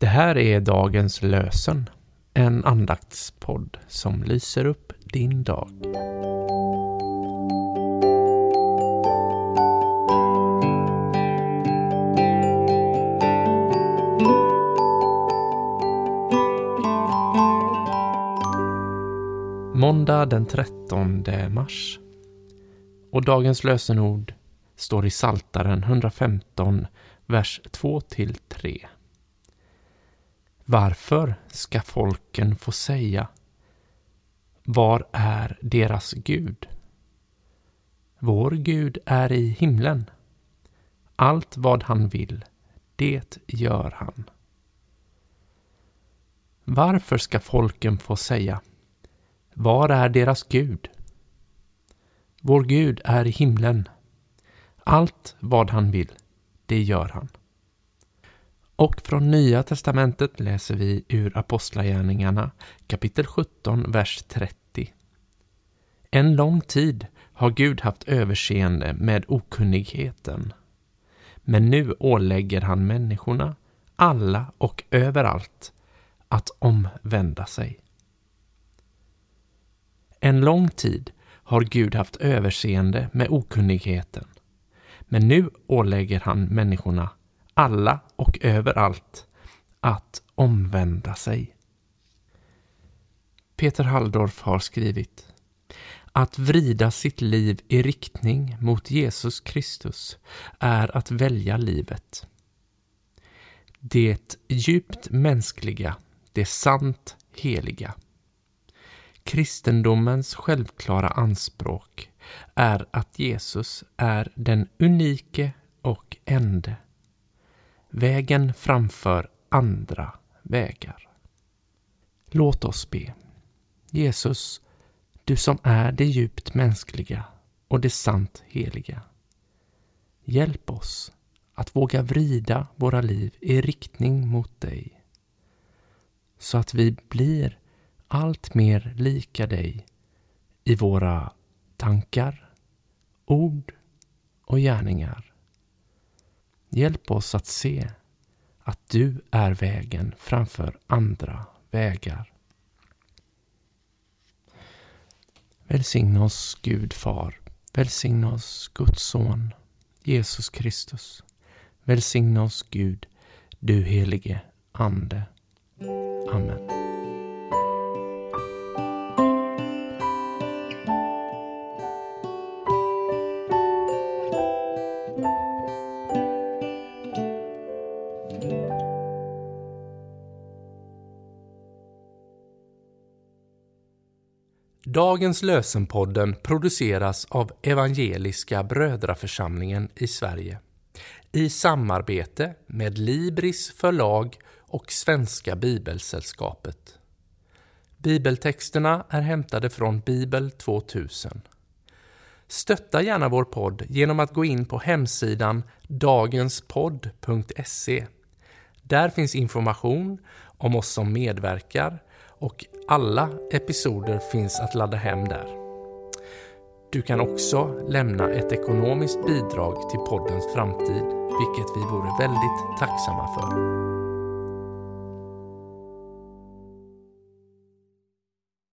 Det här är dagens lösen, en andaktspodd som lyser upp din dag. Måndag den 13 mars. Och dagens lösenord står i Psaltaren 115, vers 2-3. Varför ska folken få säga: var är deras Gud? Vår Gud är i himlen. Allt vad han vill, det gör han. Varför ska folken få säga: var är deras Gud? Vår Gud är i himlen. Allt vad han vill, det gör han. Och från Nya testamentet läser vi ur Apostlagärningarna kapitel 17, vers 30. En lång tid har Gud haft överseende med okunnigheten. Men nu ålägger han människorna, alla och överallt, att omvända sig. En lång tid har Gud haft överseende med okunnigheten. Men nu ålägger han människorna, alla och överallt, att omvända sig. Peter Halldorf har skrivit: att vrida sitt liv i riktning mot Jesus Kristus är att välja livet. Det djupt mänskliga, det sant heliga. Kristendomens självklara anspråk är att Jesus är den unike och ende. Vägen framför andra vägar. Låt oss be. Jesus, du som är det djupt mänskliga och det sant heliga. Hjälp oss att våga vrida våra liv i riktning mot dig. Så att vi blir allt mer lika dig i våra tankar, ord och gärningar. Hjälp oss att se att du är vägen framför andra vägar. Välsigna oss Gud Far, välsigna oss Guds Son, Jesus Kristus. Välsigna oss Gud, du helige Ande. Amen. Dagens lösenpodden produceras av Evangeliska Brödraförsamlingen i Sverige i samarbete med Libris förlag och Svenska Bibelsällskapet. Bibeltexterna är hämtade från Bibel 2000. Stötta gärna vår podd genom att gå in på hemsidan dagenspodd.se. Där finns information om oss som medverkar och alla episoder finns att ladda hem där. Du kan också lämna ett ekonomiskt bidrag till poddens framtid, vilket vi vore väldigt tacksamma för.